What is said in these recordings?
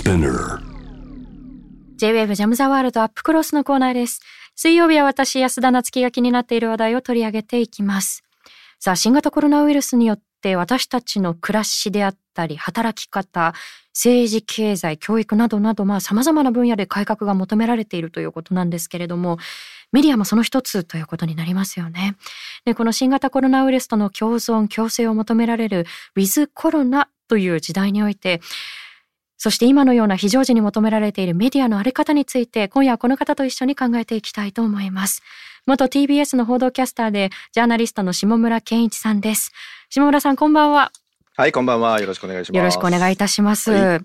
Spinner J-Wave ジャムザワールドアップクロスのコーナーです。水曜日は私安田夏樹が気になっている話題を取り上げていきます。さあ、新型コロナウイルスによって私たちの暮らしであったり働き方、政治経済教育などなど様々な分野で改革が求められているということなんですけれども、メディアもその一つということになりますよね。で、この新型コロナウイルスとの共存共生を求められるウィズコロナという時代において、そして今のような非常時に求められているメディアのあり方について、今夜はこの方と一緒に考えていきたいと思います。元 TBS の報道キャスターでジャーナリストの下村健一さんです。下村さん、こんばんは。 はい、こんばんは。よろしくお願いします。 よろしくお願いいたします。 はい、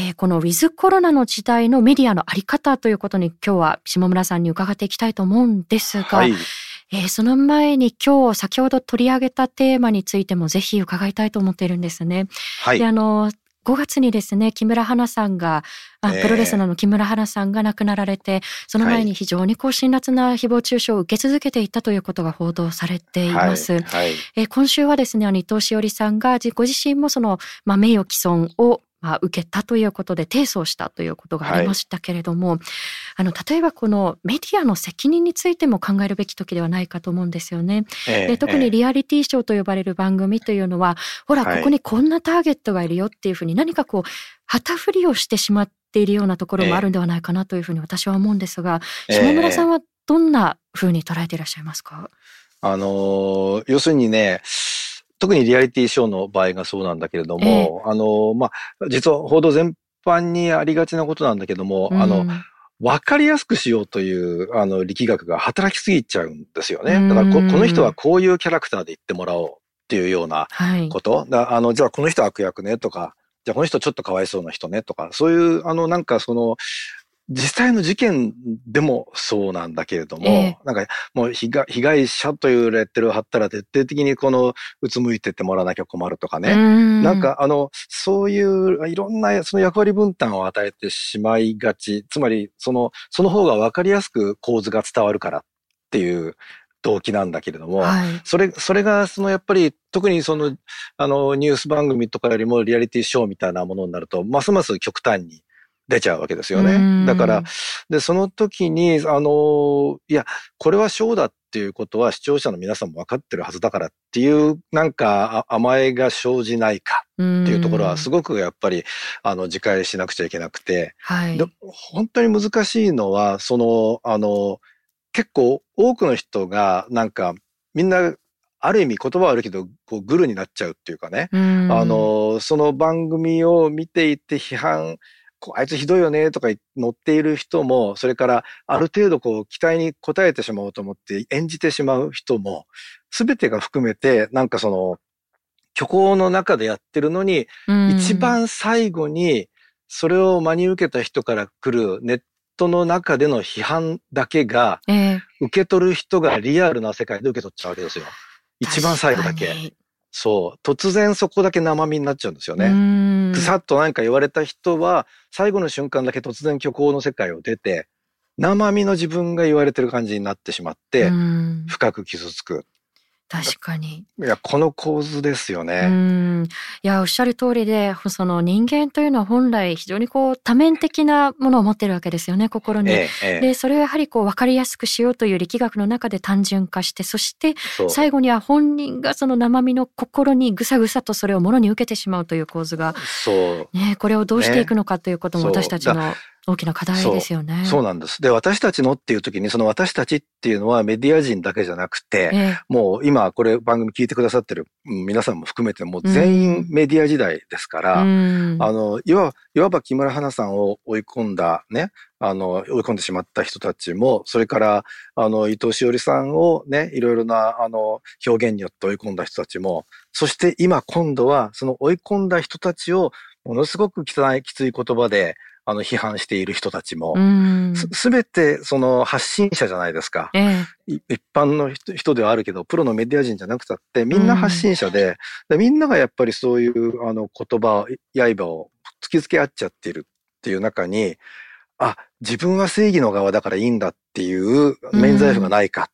このウィズコロナの時代のメディアのあり方ということに今日は下村さんに伺っていきたいと思うんですが、 はい、 その前に今日先ほど取り上げたテーマについてもぜひ伺いたいと思っているんですね。 はい、 で、5月にですね、木村花さんが、プロレスラーの木村花さんが亡くなられて、その前に非常に辛辣な誹謗中傷を受け続けていたということが報道されています。 はいはい、 今週はですね、伊藤詩織さんがご自身もその、名誉毀損を受けたということで提訴したということがありましたけれども、例えばこのメディアの責任についても考えるべき時ではないかと思うんですよね。で、特にリアリティショーと呼ばれる番組というのは、ほら、ここにこんなターゲットがいるよっていうふうに何かこう旗振りをしてしまっているようなところもあるんではないかなというふうに私は思うんですが、下村さんはどんなふうに捉えていらっしゃいますか？ 要するにね、特にリアリティショーの場合がそうなんだけれども、実は報道全般にありがちなことなんだけども、わかりやすくしようという力学が働きすぎちゃうんですよね。だからこの人はこういうキャラクターで言ってもらおうっていうようなこと。じゃあこの人悪役ねとか、じゃあこの人ちょっとかわいそうな人ねとか、そういうなんかその実際の事件でもそうなんだけれども、なんかもう被害者というレッテルを貼ったら徹底的にうつむいてってもらわなきゃ困るとかね。なんかそういういろんなその役割分担を与えてしまいがち。つまりその方がわかりやすく構図が伝わるからっていう動機なんだけれども、それがやっぱり特にニュース番組とかよりもリアリティショーみたいなものになると、ますます極端に出ちゃうわけですよね。だから、で、その時に、いや、これはショーだっていうことは視聴者の皆さんも分かってるはずだからっていう、なんか甘えが生じないかっていうところはすごくやっぱり、自戒しなくちゃいけなくて、で本当に難しいのは、結構多くの人が、なんか、みんな、ある意味言葉は悪いけど、グルになっちゃうっていうかね、その番組を見ていて批判、あいつひどいよねとか乗っている人も、それからある程度期待に応えてしまおうと思って演じてしまう人も、すべてが含めて、なんか虚構の中でやってるのに、一番最後にそれを真に受けた人から来るネットの中での批判だけが、受け取る人がリアルな世界で受け取っちゃうわけですよ。一番最後だけ。そう。突然そこだけ生身になっちゃうんですよね。ぐさっと何か言われた人は、最後の瞬間だけ突然虚構の世界を出て、生身の自分が言われてる感じになってしまって、深く傷つく。 確かに。 いや、この構図ですよね。 いや、おっしゃる通りで、その人間というのは本来非常に多面的なものを持ってるわけですよね、心に。で、それをやはり分かりやすくしようという力学の中で単純化して、そして最後には本人がその生身の心にぐさぐさとそれをものに受けてしまうという構図が、これをどうしていくのかということも私たちの大きな課題ですよね。 そうなんです。で、私たちのっていう時に、その私たちっていうのはメディア人だけじゃなくて、もう今これ番組聞いてくださってる皆さんも含めてもう全員メディア時代ですから、いわば木村花さんを追い込んだね、追い込んでしまった人たちも、それから伊藤詩織さんをね、いろいろな表現によって追い込んだ人たちも、そして今度はその追い込んだ人たちをものすごくきつい言葉で批判している人たちも、すべてその発信者じゃないですか。一般の人ではあるけど、プロのメディア人じゃなくたって、みんな発信者で、みんながやっぱりそういう言葉、刃を突きつけ合っちゃっているっていう中に、自分は正義の側だからいいんだっていう免罪符がないかっ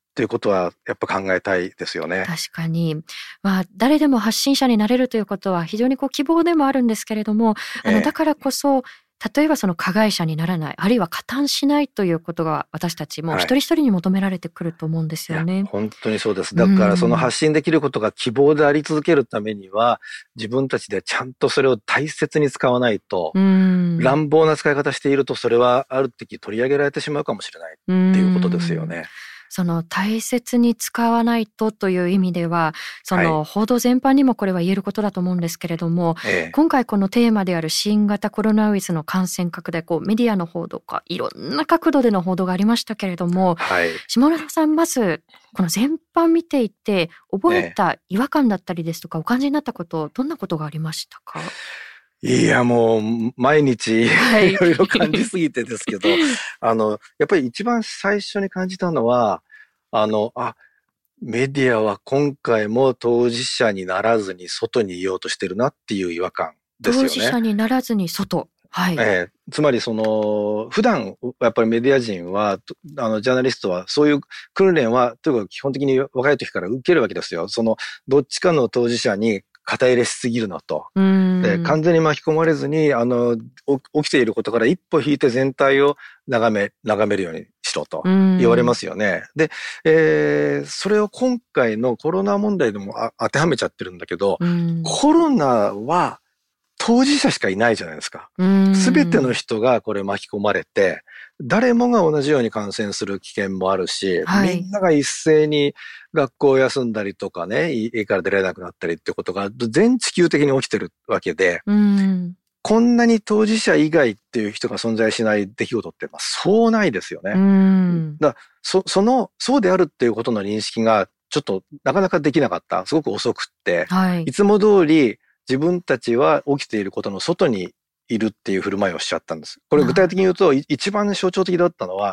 っていうことはやっぱ考えたいですよね。 確かに。誰でも発信者になれるということは非常に希望でもあるんですけれども、だからこそ、例えばその加害者にならない、あるいは加担しないということが私たちも一人一人に求められてくると思うんですよね。 本当にそうです。だからその発信できることが希望であり続けるためには、自分たちでちゃんとそれを大切に使わないと、乱暴な使い方していると、それはある時取り上げられてしまうかもしれないっていうことですよね。 その大切に使わないとという意味では、その報道全般にもこれは言えることだと思うんですけれども、今回このテーマである新型コロナウイルスの感染拡大、メディアの報道かいろんな角度での報道がありましたけれども、下村さん、まずこの全般見ていて覚えた違和感だったりですとか、お感じになったこと、どんなことがありましたか？ いや、もう、毎日、いろいろ感じすぎてですけど、やっぱり一番最初に感じたのは、メディアは今回も当事者にならずに外にいようとしてるなっていう違和感ですよね。 当事者にならずに外。 つまり普段、やっぱりメディア人は、ジャーナリストは、そういう訓練は、というか基本的に若い時から受けるわけですよ。どっちかの当事者に肩入れしすぎるのと。で、完全に巻き込まれずに、起きていることから一歩引いて全体を眺めるようにしろと言われますよね。で、それを今回のコロナ問題でも当てはめちゃってるんだけど、コロナは当事者しかいないじゃないですか。すべての人がこれ巻き込まれて、誰もが同じように感染する危険もあるし、みんなが一斉に学校を休んだりとかね、家から出られなくなったりってことが全地球的に起きてるわけで、こんなに当事者以外っていう人が存在しない出来事ってそうないですよね。そうであるっていうことの認識がちょっとなかなかできなかった。すごく遅くって、いつも通り自分たちは起きていることの外にいるっていう振る舞いをしちゃったんです。これ具体的に言うと、一番象徴的だったのは、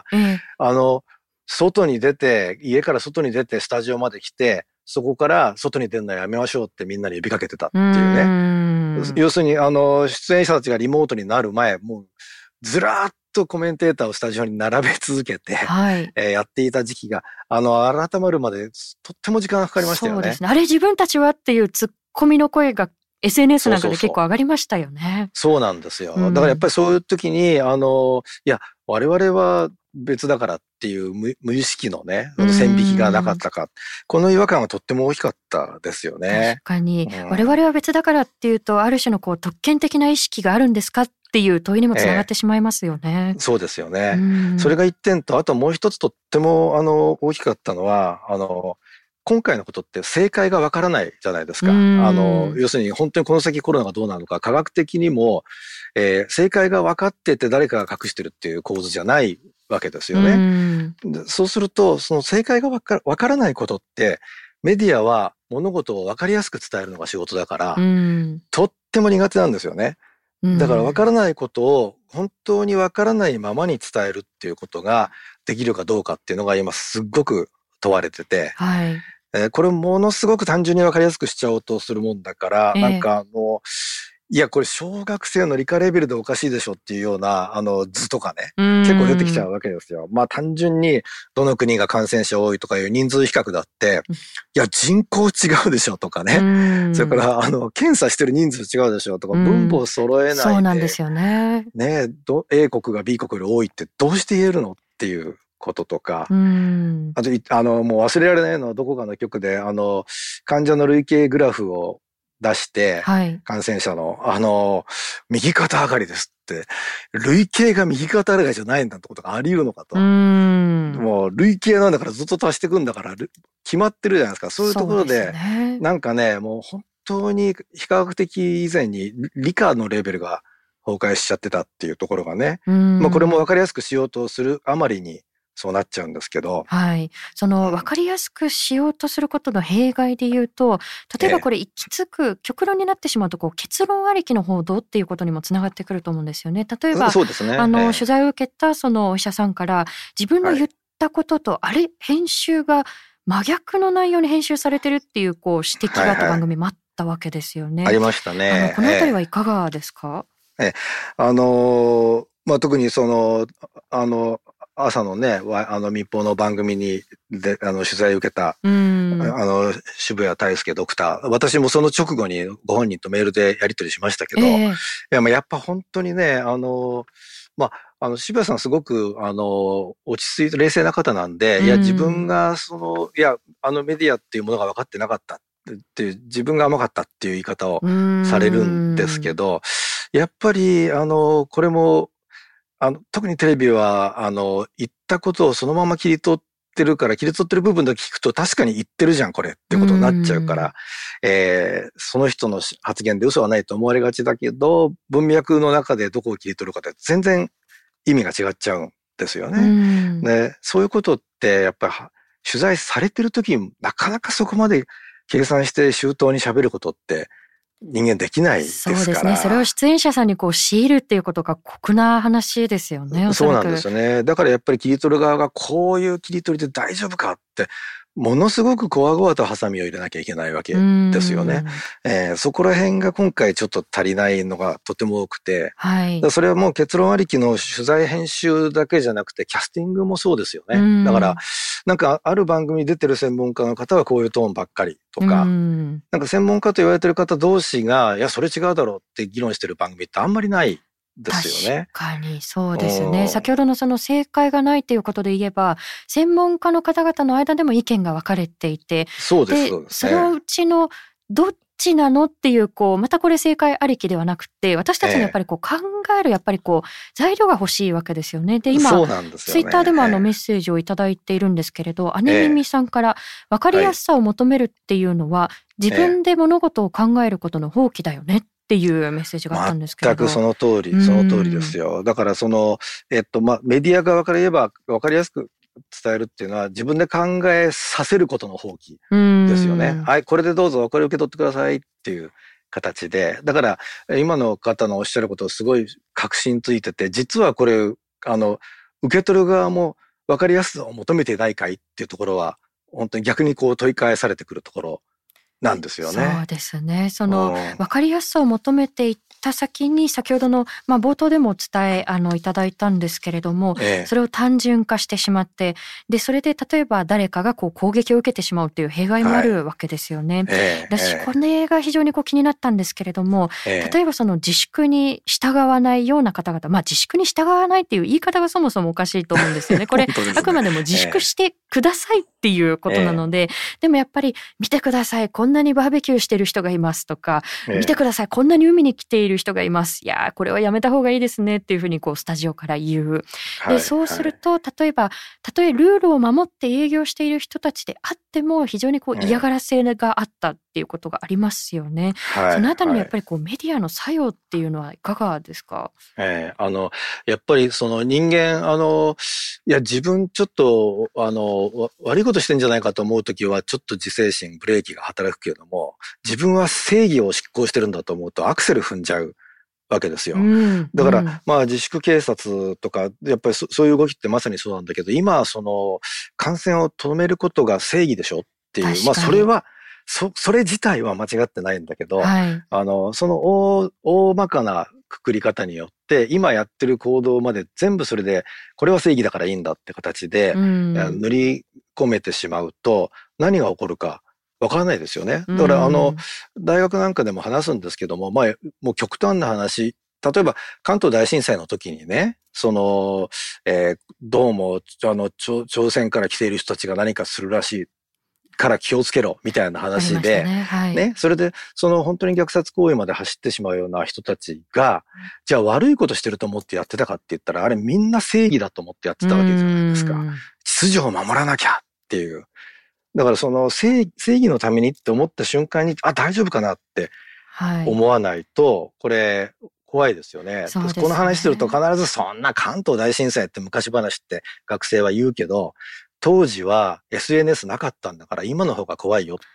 家から外に出てスタジオまで来て、そこから外に出るのやめましょうってみんなに呼びかけてたっていうね。要するに、出演者たちがリモートになる前、もうずらーっとコメンテーターをスタジオに並べ続けて、やっていた時期が、改まるまでとっても時間がかかりましたよね。 そうですね。あれ自分たちはっていうツッコミの声がSNS なんかで結構上がりましたよね。 そうなんですよ。だからやっぱりそういう時に、いや、我々は別だからっていう無意識のね、線引きがなかったか。この違和感はとっても大きかったですよね。 確かに。我々は別だからっていうと、ある種の特権的な意識があるんですかっていう問いにもつながってしまいますよね。 そうですよね。それが一点と、あともう一つとっても大きかったのは、今回のことって正解がわからないじゃないですか。要するに本当にこの先コロナがどうなるのか、科学的にも、正解が分かってて誰かが隠してるっていう構図じゃないわけですよね。そうすると、その正解がわからないことって、メディアは物事を分かりやすく伝えるのが仕事だから、とっても苦手なんですよね。だから分からないことを本当に分からないままに伝えるっていうことができるかどうかっていうのが今すっごく問われてて、これものすごく単純に分かりやすくしちゃおうとするもんだから、なんかいや、これ小学生の理科レベルでおかしいでしょっていうような、図とかね、結構出てきちゃうわけですよ。単純に、どの国が感染者多いとかいう人数比較だって、いや、人口違うでしょとかね。それから、検査してる人数違うでしょとか、分母を揃えないで。 そうなんですよね。 ね、A 国が B国より多いってどうして言えるのっていうこととか。あと、もう忘れられないのはどこかの局で、患者の累計グラフを出して、感染者の、右肩上がりですって、累計が右肩上がりじゃないんだってことがあり得るのかと。もう、累計なんだからずっと足していくんだから、決まってるじゃないですか。そういうところで、なんかね、もう本当に非科学的以前に理科のレベルが崩壊しちゃってたっていうところがね、これも分かりやすくしようとするあまりに、そうなっちゃうんですけど。 その分かりやすくしようとすることの弊害で言うと、例えばこれ行き着く極論になってしまうと結論ありきの報道っていうことにもつながってくると思うんですよね。例えば、取材を受けたそのお医者さんから自分の言ったことと、あれ編集が真逆の内容に編集されてるっていう指摘があった番組もあったわけですよね。 ありましたね。 このあたりはいかがですか？ 特に朝のね、民放の番組で、取材を受けた、渋谷大輔ドクター。私もその直後にご本人とメールでやり取りしましたけど、いや、やっぱ本当にね、渋谷さんすごく、落ち着いて冷静な方なんで、いや、自分が、メディアっていうものが分かってなかったっていう、自分が甘かったっていう言い方をされるんですけど、やっぱり、これも、特にテレビは、言ったことをそのまま切り取ってるから、切り取ってる部分だけ聞くと確かに言ってるじゃん、これってことになっちゃうから、その人の発言で嘘はないと思われがちだけど、文脈の中でどこを切り取るかって全然意味が違っちゃうんですよね。で、そういうことってやっぱり取材されてる時になかなかそこまで計算して周到に喋ることって人間できないですから。 そうですね。それを出演者さんに強いるっていうことが酷な話ですよね。 そうなんですよね。だからやっぱり切り取る側がこういう切り取りで大丈夫かって、ものすごくこわごわとハサミを入れなきゃいけないわけですよね。そこら辺が今回ちょっと足りないのがとても多くて、それはもう結論ありきの取材編集だけじゃなくてキャスティングもそうですよね。だからなんかある番組に出てる専門家の方はこういうトーンばっかりとか、なんか専門家と言われてる方同士がいやそれ違うだろうって議論してる番組ってあんまりないですよね。 確かにそうですね。先ほどのその正解がないということで言えば、専門家の方々の間でも意見が分かれていて、 そうですね。 そのうちのどっちなのっていうまたこれ正解ありきではなくて、私たちにやっぱり考えるやっぱり材料が欲しいわけですよね。で今そうなんですよね、 ツイッターでもメッセージをいただいているんですけれど、姉耳さんから分かりやすさを求めるっていうのは、自分で物事を考えることの放棄だよねっていうメッセージがあったんですけれど。 全くその通りですよ。だからメディア側から言えば分かりやすく伝えるっていうのは自分で考えさせることの放棄ですよね。はい、これでどうぞこれ受け取ってくださいっていう形で。だから今の方のおっしゃることをすごい確信ついてて、実はこれ受け取る側も分かりやすさを求めていないかいっていうところは本当に逆に問い返されてくるところなんですよね。 そうですね。分かりやすさを求めていった先に、先ほどの、冒頭でもお伝えいただいたんですけれども、それを単純化してしまって、でそれで例えば誰かが攻撃を受けてしまうという弊害もあるわけですよね。私これが非常に気になったんですけれども、例えば自粛に従わないような方々、自粛に従わないっていう言い方がそもそもおかしいと思うんですよね。これあくまでも自粛してくださいっていうことなので、でもやっぱり見てください、こんなにバーベキューしてる人がいますとか、見てください、こんなに海に来ている人がいます、いやこれはやめた方がいいですねっていうふうにスタジオから言う。でそうすると例えルールを守って営業している人たちであっても非常に嫌がらせがあったっていうことがありますよね。そのあたりのやっぱりメディアの作用っていうのはいかがですか？ やっぱり人間いや自分ちょっと悪いことしてんじゃないかと思うときはちょっと自制心ブレーキが働くけれども、自分は正義を執行してるんだと思うとアクセル踏んじゃうわけですよ。だから自粛警察とかやっぱりそういう動きってまさにそうなんだけど、今感染を止めることが正義でしょっていう、それはそれ自体は間違ってないんだけど、その大まかなくくり方によって今やってる行動まで全部それでこれは正義だからいいんだって形で塗り込めてしまうと何が起こるかわからないですよね。だから大学なんかでも話すんですけども、もう極端な話、例えば関東大震災の時にね、どうも朝鮮から来ている人たちが何かするらしいから気をつけろみたいな話で、それで本当に虐殺行為まで走ってしまうような人たちが、じゃあ悪いことしてると思ってやってたかって言ったら、あれみんな正義だと思ってやってたわけじゃないですか。秩序を守らなきゃっていう。だから正義のためにって思った瞬間に、大丈夫かなって思わないと、これ怖いですよね。この話すると必ずそんな関東大震災って昔話って学生は言うけど、当時は SNS なかったんだから今の方が怖いよっ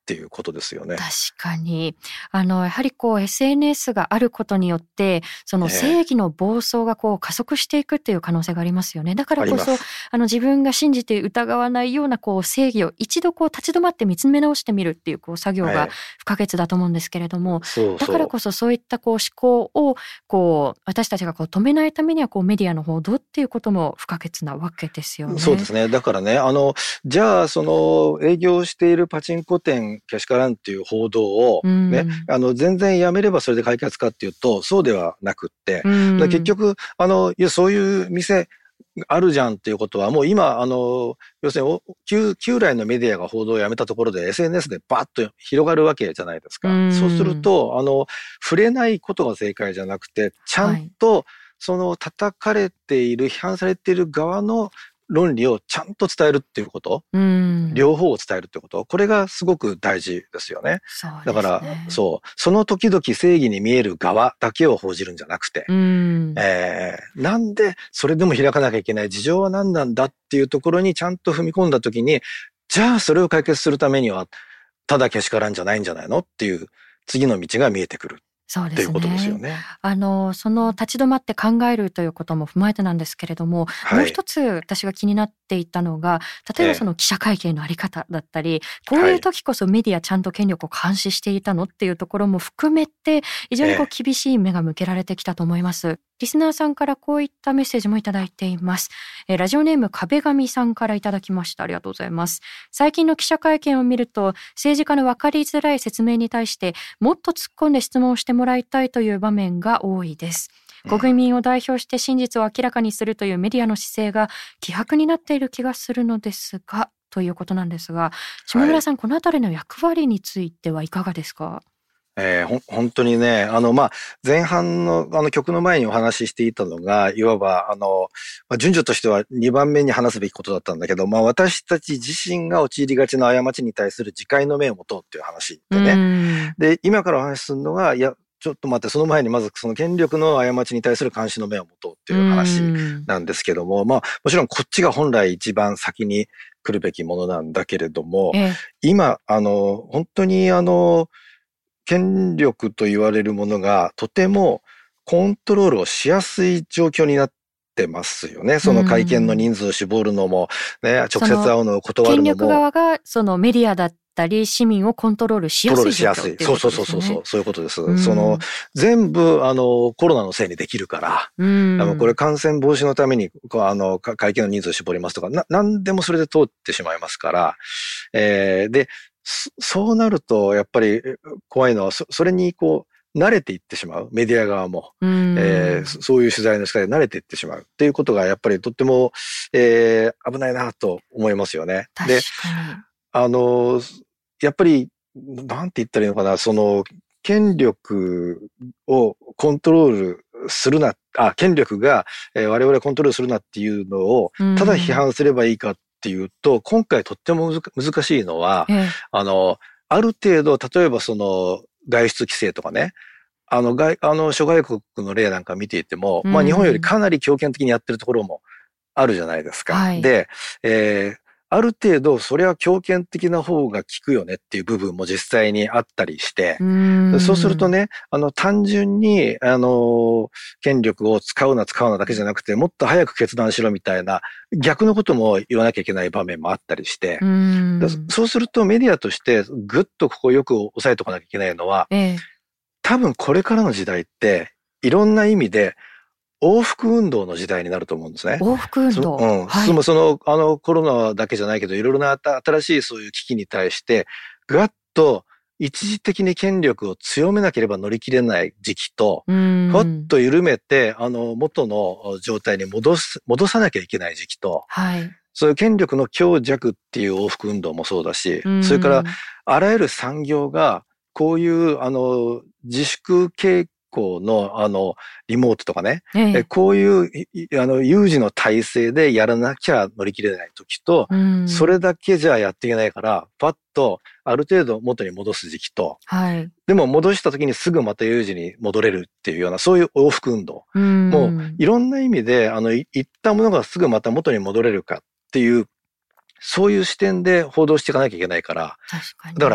っていうことですよね。 確かに。やはりSNS があることによって、その正義の暴走が加速していくっていう可能性がありますよね。だからこそ、自分が信じて疑わないような正義を一度立ち止まって見つめ直してみるっていう作業が不可欠だと思うんですけれども、だからこそそういった思考を私たちが止めないためにはメディアの報道っていうことも不可欠なわけですよね。 そうですね。だからね、じゃあその営業しているパチンコ店けしからんっていう報道をね、全然やめればそれで解決かっていうとそうではなくって、結局いやそういう店あるじゃんっていうことはもう今要するに旧来のメディアが報道をやめたところで SNS でバッと広がるわけじゃないですか。そうすると触れないことが正解じゃなくて、ちゃんとその叩かれている批判されている側の論理をちゃんと伝えるっていうこと、両方を伝えるってこと、これがすごく大事ですよね。だからその時々正義に見える側だけを報じるんじゃなくて、なんでそれでも開かなきゃいけない事情は何なんだっていうところにちゃんと踏み込んだ時に、じゃあそれを解決するためにはただけしからんじゃないんじゃないのっていう次の道が見えてくる。 そうですね。 ということですよね。 その立ち止まって考えるということも踏まえてなんですけれども、もう一つ私が気になっていたのが、例えばその記者会見のあり方だったり、こういう時こそメディアちゃんと権力を監視していたのっていうところも含めて、非常に厳しい目が向けられてきたと思います。リスナーさんからこういったメッセージもいただいています。ラジオネーム壁紙さんからいただきました。ありがとうございます。最近の記者会見を見ると、政治家の分かりづらい説明に対してもっと突っ込んで質問をしてもらいたいという場面が多いです。国民を代表して真実を明らかにするというメディアの姿勢が希薄になっている気がするのですが、ということなんですが、下村さん、このあたりの役割についてはいかがですか？ 本当にね、前半の曲の前にお話ししていたのが、いわば、順序としては2番目に話すべきことだったんだけど、私たち自身が陥りがちな過ちに対する自戒の目を持とうっていう話でね。で、今からお話しするのが、いや、ちょっと待って、その前にまずその権力の過ちに対する監視の目を持とうっていう話なんですけども、もちろんこっちが本来一番先に来るべきものなんだけれども、今、本当に権力と言われるものがとてもコントロールをしやすい状況になってますよね。その会見の人数を絞るのも、ね、直接会うのを断るのも。 権力側がそのメディアだったり市民をコントロールしやすい状況っていうことですね。 そういうことです。全部コロナのせいにできるから、これ感染防止のために会見の人数を絞りますとか、何でもそれで通ってしまいますから、でそうなると、やっぱり怖いのは、それに慣れていってしまう。メディア側も。そういう取材の仕方で慣れていってしまう。っていうことが、やっぱりとっても、危ないなと思いますよね。 で、 やっぱり、なんて言ったらいいのかな、権力をコントロールするな、権力が、我々コントロールするなっていうのを、ただ批判すればいいかっていうと、今回とっても難しいのは、ある程度、例えば外出規制とかね、諸外国の例なんか見ていても、日本よりかなり強権的にやってるところもあるじゃないですか。で、ある程度、それは強権的な方が効くよねっていう部分も実際にあったりして、そうするとね、単純に、権力を使うなだけじゃなくて、もっと早く決断しろみたいな、逆のことも言わなきゃいけない場面もあったりして、そうするとメディアとしてぐっとここをよく押さえておかなきゃいけないのは、多分これからの時代って、いろんな意味で、往復運動の時代になると思うんですね。 往復運動。 コロナだけじゃないけど、いろいろな新しいそういう危機に対して、ガッと一時的に権力を強めなければ乗り切れない時期と、ふわっと緩めて、元の状態に戻さなきゃいけない時期と、そういう権力の強弱っていう往復運動もそうだし、それから、あらゆる産業が、こういう、自粛傾向の、リモートとかね、こういう、有事の体制でやらなきゃ乗り切れない時と、それだけじゃやっていけないから、パッと、ある程度元に戻す時期と、でも戻した時にすぐまた有事に戻れるっていうような、そういう往復運動。もう、いろんな意味で、いったものがすぐまた元に戻れるかっていう、そういう視点で報道していかなきゃいけないから、だから、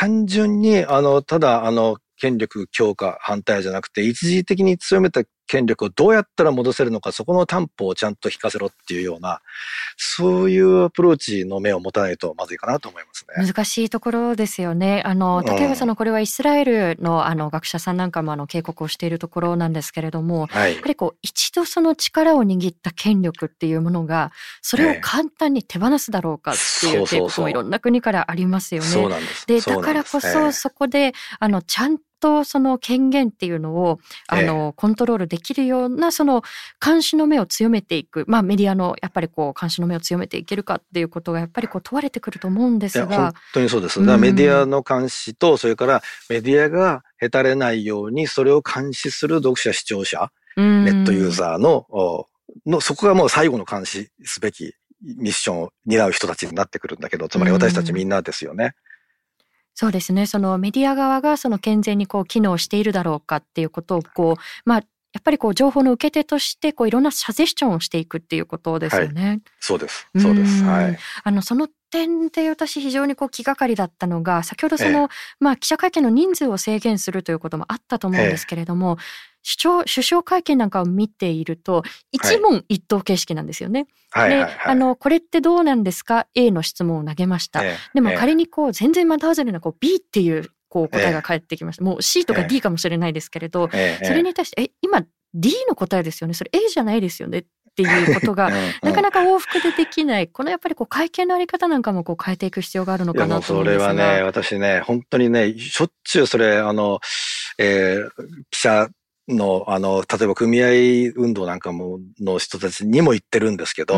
単純に、ただ、権力強化反対じゃなくて、一時的に強めた権力をどうやったら戻せるのか、そこの担保をちゃんと引かせろっていうような、そういうアプローチの目を持たないとまずいかなと思いますね。 難しいところですよね。例えばこれはイスラエルの学者さんなんかも警告をしているところなんですけれども、 はい、 やはり一度その力を握った権力っていうものが、それを簡単に手放すだろうかっていう警告もいろんな国からありますよね。 そうなんです。 で、だからこそそこで、ちゃんとその権限っていうのをコントロールできるようなその監視の目を強めていく、メディアのやっぱり監視の目を強めていけるかっていうことがやっぱり問われてくると思うんですが。 いや本当にそうです。だからメディアの監視と、それからメディアがへたれないようにそれを監視する読者視聴者、ネットユーザーのそこがもう最後の監視すべきミッションを担う人たちになってくるんだけど、つまり私たちみんなですよね。 そうですね。そのメディア側が健全に機能しているだろうかっていうことをやっぱり情報の受け手としていろんなサジェスチョンをしていくっていうことですよね。 はい、そうです。そうです。はい。 その点で私非常に気がかりだったのが、先ほど記者会見の人数を制限するということもあったと思うんですけれども、首相会見なんかを見ていると一問一答形式なんですよね。で、これってどうなんですか A の質問を投げました。でも仮に全然的外れなB っていう答えが返ってきました。もう C とか D かもしれないですけれど、それに対して今 D の答えですよね。それ A じゃないですよねっていうことがなかなか往復でできない。やっぱり会見のあり方なんかも変えていく必要があるのかなと思うんですが。 それはね、私ね、本当にね、しょっちゅうそれ記者の、例えば組合運動なんかも、の人たちにも言ってるんですけど、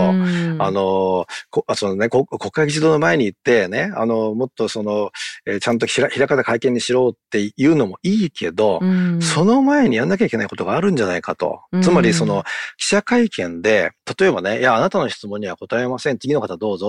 国会議事堂の前に行ってね、もっとちゃんと開かた会見にしろっていうのもいいけど、その前にやんなきゃいけないことがあるんじゃないかと。つまり記者会見で、例えばね、いや、あなたの質問には答えません。次の方どうぞって、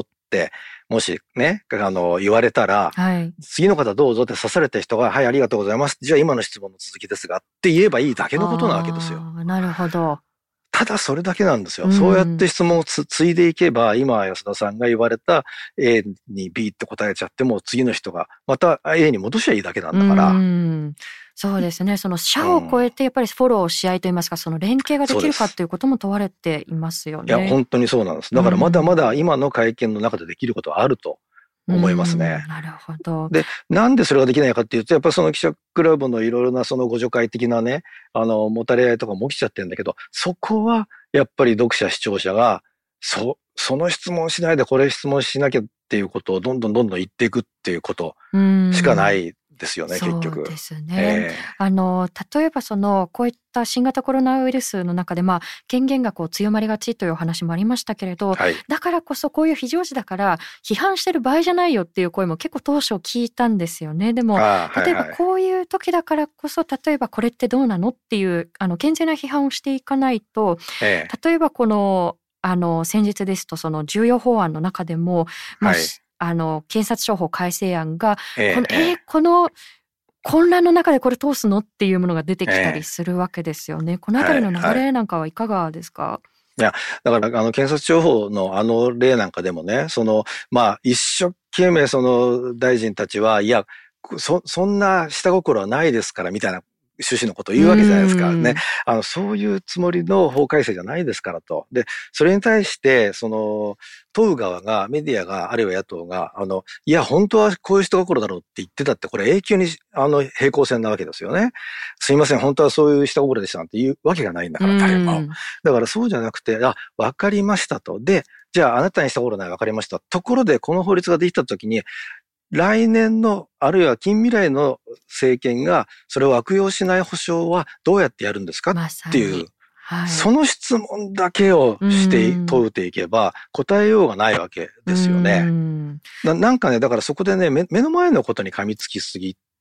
もしね、言われたら、はい、次の方どうぞって刺された人が、はい、ありがとうございます。じゃあ今の質問の続きですがって言えばいいだけのことなわけですよ。 なるほど。 ただそれだけなんですよ。そうやって質問を継いでいけば、今安田さんが言われた A に B って答えちゃっても、次の人がまた A に戻しゃいいだけなんだから。 そうですね。社を超えてやっぱりフォローし合いといいますか、連携ができるかということも問われていますよね。 いや、本当にそうなんです。だからまだまだ今の会見の中でできることはあると思いますね。 なるほど。 で、なんでそれができないかっていうと、やっぱり記者クラブのいろいろなご助会的なね、もたれ合いとかも起きちゃってるんだけど、そこはやっぱり読者視聴者が、その質問しないでこれ質問しなきゃっていうことをどんどん言っていくっていうことしかないですよね、結局。 そうですね。例えばこういった新型コロナウイルスの中で、権限が強まりがちというお話もありましたけれど、はい、だからこそこういう非常時だから批判してる場合じゃないよっていう声も結構当初聞いたんですよね。でも、例えばこういう時だからこそ、例えばこれってどうなのっていう、健全な批判をしていかないと、例えば先日ですと重要法案の中でも、検察庁法改正案が、この混乱の中でこれ通すのっていうものが出てきたりするわけですよね。このあたりの流れなんかはいかがですか？ いや、だから検察庁法の例なんかでもね、一生懸命大臣たちは、いや、そんな下心はないですからみたいな趣旨のことを言うわけじゃないですかね。そういうつもりの法改正じゃないですからと。で、それに対して、問う側が、メディアが、あるいは野党が、いや、本当はこういう人心だろうって言ってたって、これ永久に、平行線なわけですよね。すいません、本当はそういう下心でしたなんて言うわけがないんだから、誰も。だからそうじゃなくて、わかりましたと。で、じゃああなたに下心ないわかりました。ところで、この法律ができたときに、来年の、あるいは近未来の政権がそれを悪用しない保障はどうやってやるんですかっていう、その質問だけを問うていけば答えようがないわけですよね。なんかね、だからそこでね、目の前のことに噛みつきすぎ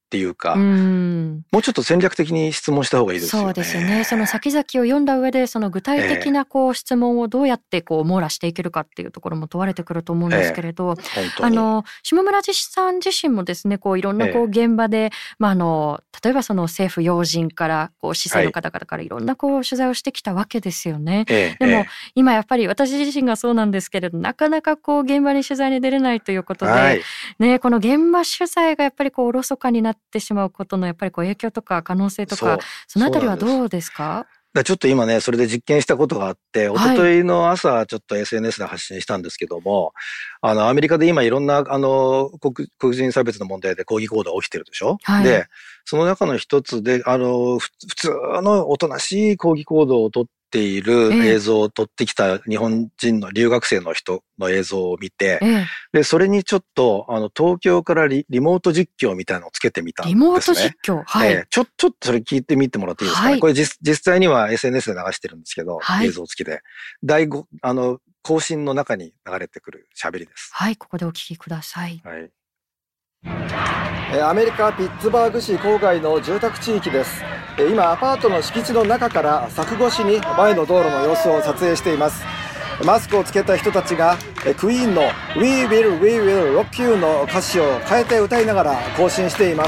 っていうか、もうちょっと戦略的に質問した方がいいですよね。 そうですよね。その先々を読んだ上で、その具体的な質問をどうやって網羅していけるかっていうところも問われてくると思うんですけれど、下村さん自身もですね、いろんな現場で、例えばその政府要人から市政の方々からいろんな取材をしてきたわけですよね。でも今やっぱり私自身がそうなんですけれど、なかなか現場に取材に出れないということで、ね、この現場取材がやっぱりおろそかになってしまうことのやっぱり影響とか可能性とか、そのあたりはどうですか？ ちょっと今ね、それで実験したことがあって、一昨日の朝ちょっと SNS で発信したんですけども、アメリカで今いろんな、黒人差別の問題で抗議行動が起きてるでしょ？で、その中の一つで、普通のおとなしい抗議行動をとっている映像を撮ってきた日本人の留学生の人の映像を見て、で、それにちょっと、東京からリモート実況みたいなのをつけてみたんですね。 リモート実況？はい。 ちょっとそれ聞いてみてもらっていいですかね。これ実際には SNS で流してるんですけど、映像付きで。更新の中に流れてくる喋りです。 はい、ここでお聞きください。 はい。アメリカ・ピッツバーグ市郊外の住宅地域です。今アパートの敷地の中から柵越しに前の道路の様子を撮影しています。マスクをつけた人たちがクイーンの We Will We Will Rock You の歌詞を変えて歌いながら行進しています。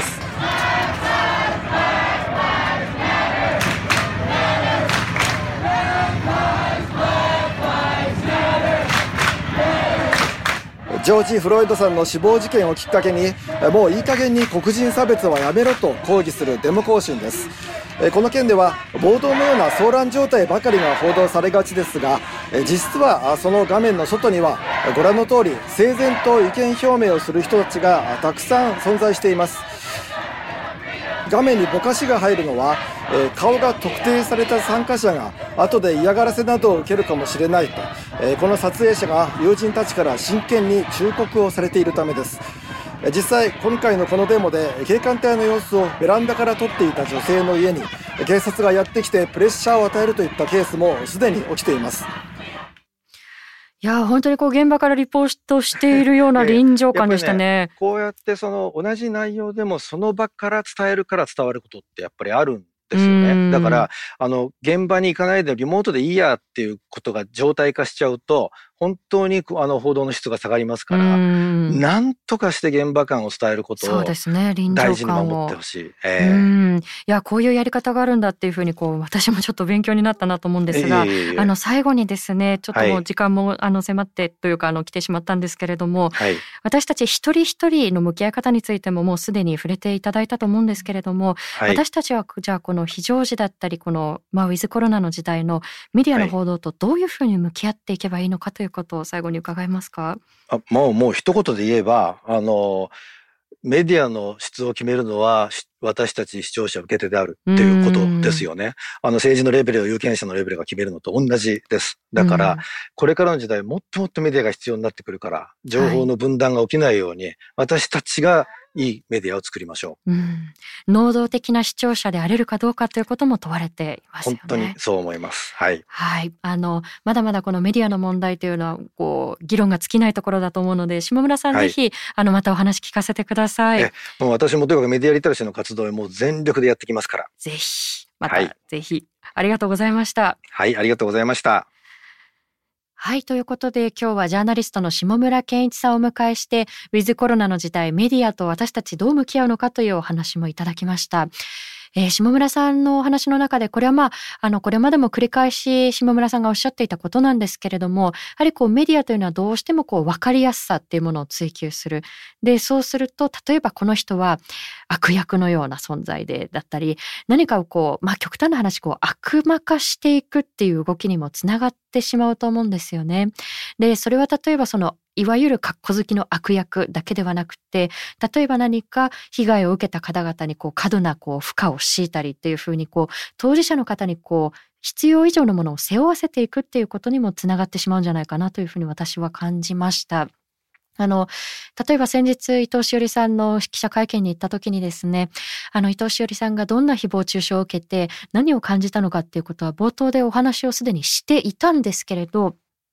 ジョージ・フロイドさんの死亡事件をきっかけに、もういい加減に黒人差別はやめろと抗議するデモ行進です。この件では暴動のような騒乱状態ばかりが報道されがちですが、実はその画面の外にはご覧の通り整然と意見表明をする人たちがたくさん存在しています。画面にぼかしが入るのは、顔が特定された参加者が後で嫌がらせなどを受けるかもしれないと、この撮影者が友人たちから真剣に忠告をされているためです。実際今回のこのデモで警官隊の様子をベランダから撮っていた女性の家に警察がやってきてプレッシャーを与えるといったケースもすでに起きています。 いや本当に現場からリポートしているような臨場感でしたね。 こうやって同じ内容でもその場から伝えるから伝わることってやっぱりあるんですよね。だから現場に行かないでリモートでいいやっていうことが常態化しちゃうと本当に報道の質が下がりますから、なんとかして現場感を伝えることを大事に守ってほしい。いやこういうやり方があるんだっていうふうに私もちょっと勉強になったなと思うんですが、最後にですねちょっともう時間も迫ってというか来てしまったんですけれども、私たち一人一人の向き合い方についてももうすでに触れていただいたと思うんですけれども、私たちはじゃあこの非常時だったりウィズコロナの時代のメディアの報道とどういうふうに向き合っていけばいいのかということを最後に伺えますか？ もう一言で言えばメディアの質を決めるのは私たち視聴者受け手であるっていうことですよね。政治のレベルを有権者のレベルが決めるのと同じです。だからこれからの時代もっともっとメディアが必要になってくるから情報の分断が起きないように私たちがいいメディアを作りましょう。 能動的な視聴者であれるかどうかということも問われていますよね。 本当にそう思います。はい。 まだまだこのメディアの問題というのは議論が尽きないところだと思うので、下村さん、ぜひまたお話聞かせてください。 もう私もとにかくメディアリテラシーの活動をもう全力でやってきますから。 ぜひまた、ぜひありがとうございました。 はい、ありがとうございました。 はい、ということで今日はジャーナリストの下村健一さんをお迎えしてウィズコロナの時代メディアと私たちどう向き合うのかというお話もいただきました。下村さんのお話の中でこれはこれまでも繰り返し下村さんがおっしゃっていたことなんですけれども、やはりメディアというのはどうしても分かりやすさっていうものを追求する。でそうすると例えばこの人は悪役のような存在でだったり何かを極端な話悪魔化していくっていう動きにもつながってしまうと思うんですよね。でそれは例えばいわゆるカッコ好きの悪役だけではなくて、例えば何か被害を受けた方々に過度な負荷を強いたりっていうふうに当事者の方に必要以上のものを背負わせていくっていうことにもつながってしまうんじゃないかなというふうに私は感じました。例えば先日伊藤詩織さんの記者会見に行った時にですね、伊藤詩織さんがどんな誹謗中傷を受けて何を感じたのかっていうことは冒頭でお話をすでにしていたんですけれど、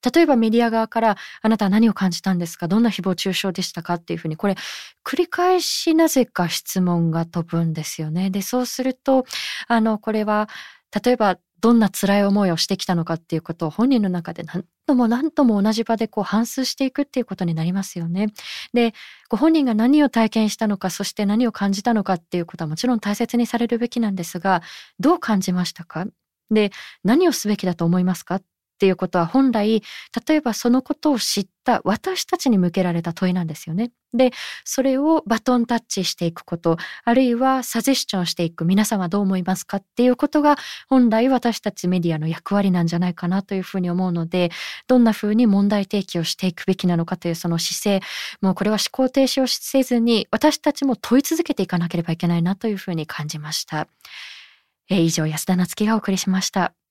例えばメディア側からあなたは何を感じたんですか、どんな誹謗中傷でしたかっていうふうに、これ繰り返しなぜか質問が飛ぶんですよね。で、そうするとこれは例えばどんな辛い思いをしてきたのかっていうことを本人の中で何度も同じ場で反芻していくっていうことになりますよね。で、ご本人が何を体験したのか、そして何を感じたのかっていうことはもちろん大切にされるべきなんですが、どう感じましたか？で、何をすべきだと思いますかっていうことは本来、例えばそのことを知った私たちに向けられた問いなんですよね。で、それをバトンタッチしていくこと、あるいはサジェスチョンしていく、皆さんはどう思いますかっていうことが本来私たちメディアの役割なんじゃないかなというふうに思うので、どんなふうに問題提起をしていくべきなのかというその姿勢、もうこれは思考停止をせずに私たちも問い続けていかなければいけないなというふうに感じました。以上、安田なつきがお送りしました。